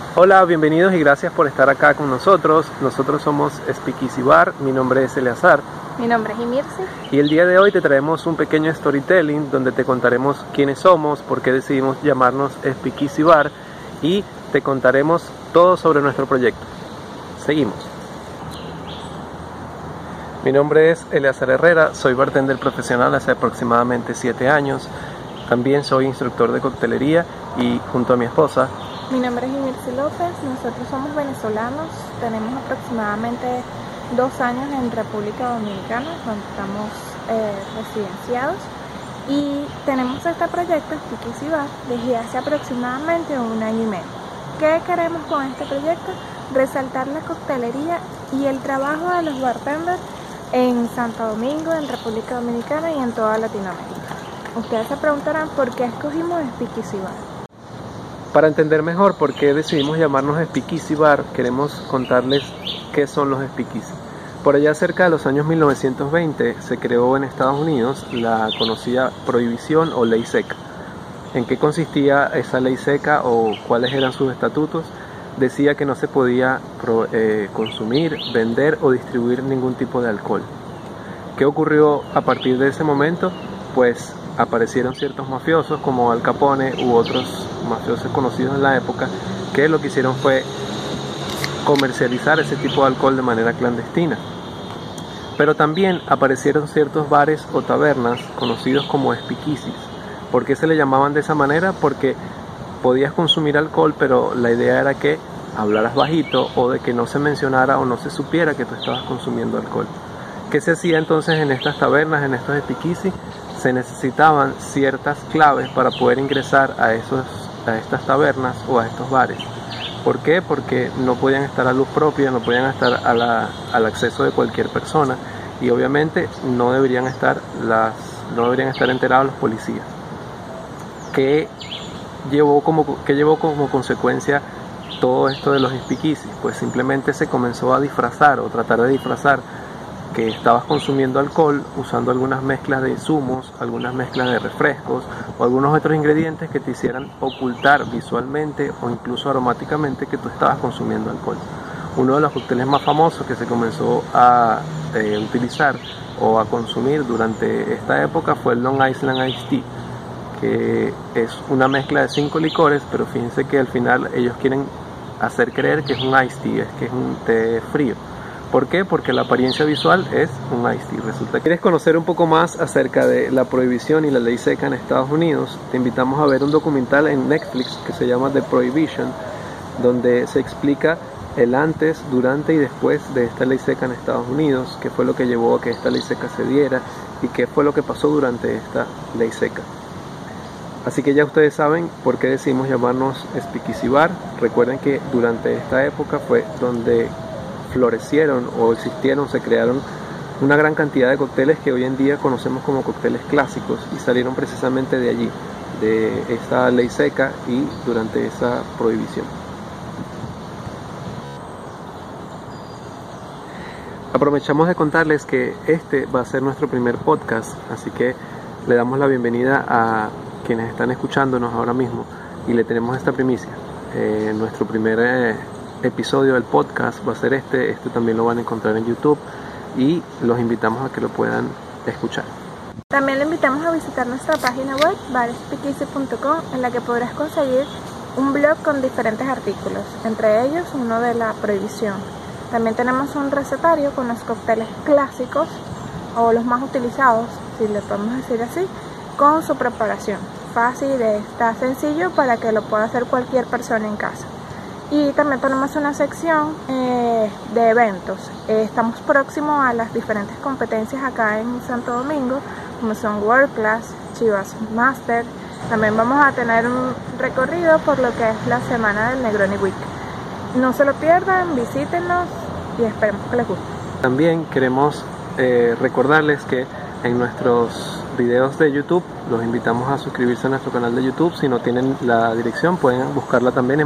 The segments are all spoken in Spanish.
Hola, bienvenidos y gracias por estar acá con nosotros. Nosotros somos Speakeasy Bar, mi nombre es Eleazar. Mi nombre es Imirsi. Y el día de hoy te traemos un pequeño storytelling donde te contaremos quiénes somos, por qué decidimos llamarnos Speakeasy Bar y te contaremos todo sobre nuestro proyecto. Seguimos. Mi nombre es Eleazar Herrera, soy bartender profesional hace aproximadamente 7 años. También soy instructor de coctelería y junto a mi esposa. Mi nombre es Imirsi López, nosotros somos venezolanos, tenemos aproximadamente 2 años en República Dominicana, donde estamos residenciados, y tenemos este proyecto Speakeasy Bar desde hace aproximadamente 1 año y medio. ¿Qué queremos con este proyecto? Resaltar la coctelería y el trabajo de los bartenders en Santo Domingo, en República Dominicana y en toda Latinoamérica. Ustedes se preguntarán por qué escogimos Speakeasy Bar. Para entender mejor por qué decidimos llamarnos Speakeasy Bar, queremos contarles qué son los Speakeasy. Por allá cerca de los años 1920 se creó en Estados Unidos la conocida prohibición o ley seca. ¿En qué consistía esa ley seca o cuáles eran sus estatutos? Decía que no se podía consumir, vender o distribuir ningún tipo de alcohol. ¿Qué ocurrió a partir de ese momento? Pues aparecieron ciertos mafiosos como Al Capone u otros mafiosos conocidos en la época que lo que hicieron fue comercializar ese tipo de alcohol de manera clandestina. Pero también aparecieron ciertos bares o tabernas conocidos como speakeasies. ¿Por qué se le llamaban de esa manera? Porque podías consumir alcohol, pero la idea era que hablaras bajito o de que no se mencionara o no se supiera que tú estabas consumiendo alcohol. ¿Qué se hacía entonces en estas tabernas, en estos speakeasies? Se necesitaban ciertas claves para poder ingresar a estas tabernas o a estos bares. ¿Por qué? Porque no podían estar a luz propia, no podían estar al acceso de cualquier persona y obviamente no deberían estar enterados los policías. ¿Qué llevó como consecuencia todo esto de los speakeasies? Pues simplemente se comenzó a disfrazar o tratar de disfrazar que estabas consumiendo alcohol usando algunas mezclas de insumos, algunas mezclas de refrescos o algunos otros ingredientes que te hicieran ocultar visualmente o incluso aromáticamente que tú estabas consumiendo alcohol. Uno de los cócteles más famosos que se comenzó a utilizar o a consumir durante esta época fue el Long Island Iced Tea, que es una mezcla de 5 licores, pero fíjense que al final ellos quieren hacer creer que es un iced tea, que es un té frío. ¿Por qué? Porque la apariencia visual es un iced tea. Resulta que quieres conocer un poco más acerca de la prohibición y la ley seca en Estados Unidos, te invitamos a ver un documental en Netflix que se llama The Prohibition, donde se explica el antes, durante y después de esta ley seca en Estados Unidos, qué fue lo que llevó a que esta ley seca se diera y qué fue lo que pasó durante esta ley seca. Así que ya ustedes saben por qué decidimos llamarnos Speakeasy Bar. Recuerden que durante esta época fue donde florecieron o existieron, se crearon una gran cantidad de cócteles que hoy en día conocemos como cócteles clásicos y salieron precisamente de allí, de esa ley seca y durante esa prohibición. Aprovechamos de contarles que este va a ser nuestro primer podcast, así que le damos la bienvenida a quienes están escuchándonos ahora mismo y le tenemos esta primicia. Nuestro primer episodio del podcast va a ser este también lo van a encontrar en YouTube y los invitamos a que lo puedan escuchar. También le invitamos a visitar nuestra página web barspeakeasy.com, en la que podrás conseguir un blog con diferentes artículos, entre ellos uno de la prohibición. También tenemos un recetario con los cócteles clásicos o los más utilizados, si le podemos decir así, con su preparación. Fácil, está sencillo para que lo pueda hacer cualquier persona en casa. Y también tenemos una sección de eventos. Estamos próximos a las diferentes competencias acá en Santo Domingo, como son World Class, Chivas Master. También vamos a tener un recorrido por lo que es la semana del Negroni Week. No se lo pierdan, visítenos y esperemos que les guste. También queremos recordarles que en nuestros videos de YouTube los invitamos a suscribirse a nuestro canal de YouTube. Si no tienen la dirección pueden buscarla también en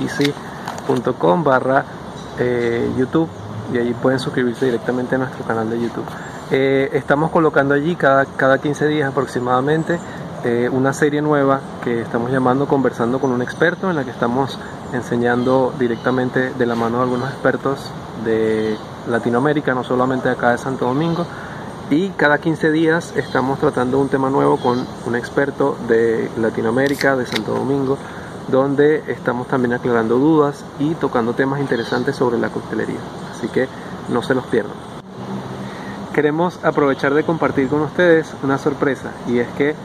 barspeakeasy.com/YouTube y allí pueden suscribirse directamente a nuestro canal de YouTube. Estamos colocando allí cada 15 días aproximadamente una serie nueva que estamos llamando Conversando con un experto, en la que estamos enseñando directamente de la mano de algunos expertos de Latinoamérica, no solamente acá de Santo Domingo, y cada 15 días estamos tratando un tema nuevo con un experto de Latinoamérica, de Santo Domingo, donde estamos también aclarando dudas y tocando temas interesantes sobre la coctelería, así que no se los pierdan. Queremos aprovechar de compartir con ustedes una sorpresa, y es que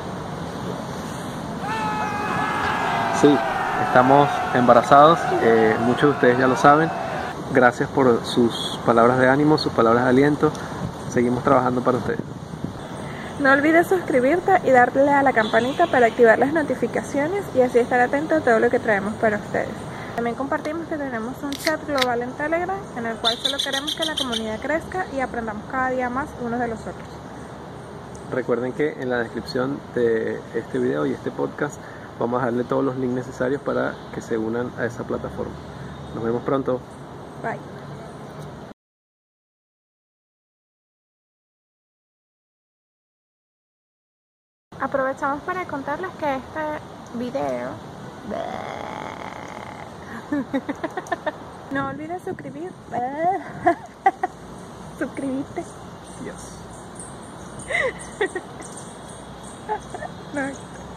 sí, estamos embarazados, muchos de ustedes ya lo saben. Gracias por sus palabras de ánimo, sus palabras de aliento. Seguimos trabajando para ustedes. No olvides suscribirte y darle a la campanita para activar las notificaciones y así estar atento a todo lo que traemos para ustedes. También compartimos que tenemos un chat global en Telegram, en el cual solo queremos que la comunidad crezca y aprendamos cada día más unos de los otros. Recuerden que en la descripción de este video y este podcast vamos a darle todos los links necesarios para que se unan a esa plataforma. Nos vemos pronto. Bye. Aprovechamos para contarles que este video... No olvides suscribir. Suscribirte. Yes. No.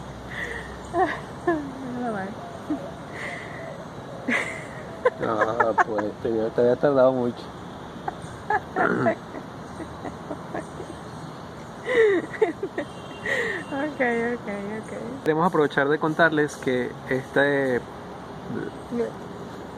Ah, pues te había tardado mucho. Ok. Queremos aprovechar de contarles que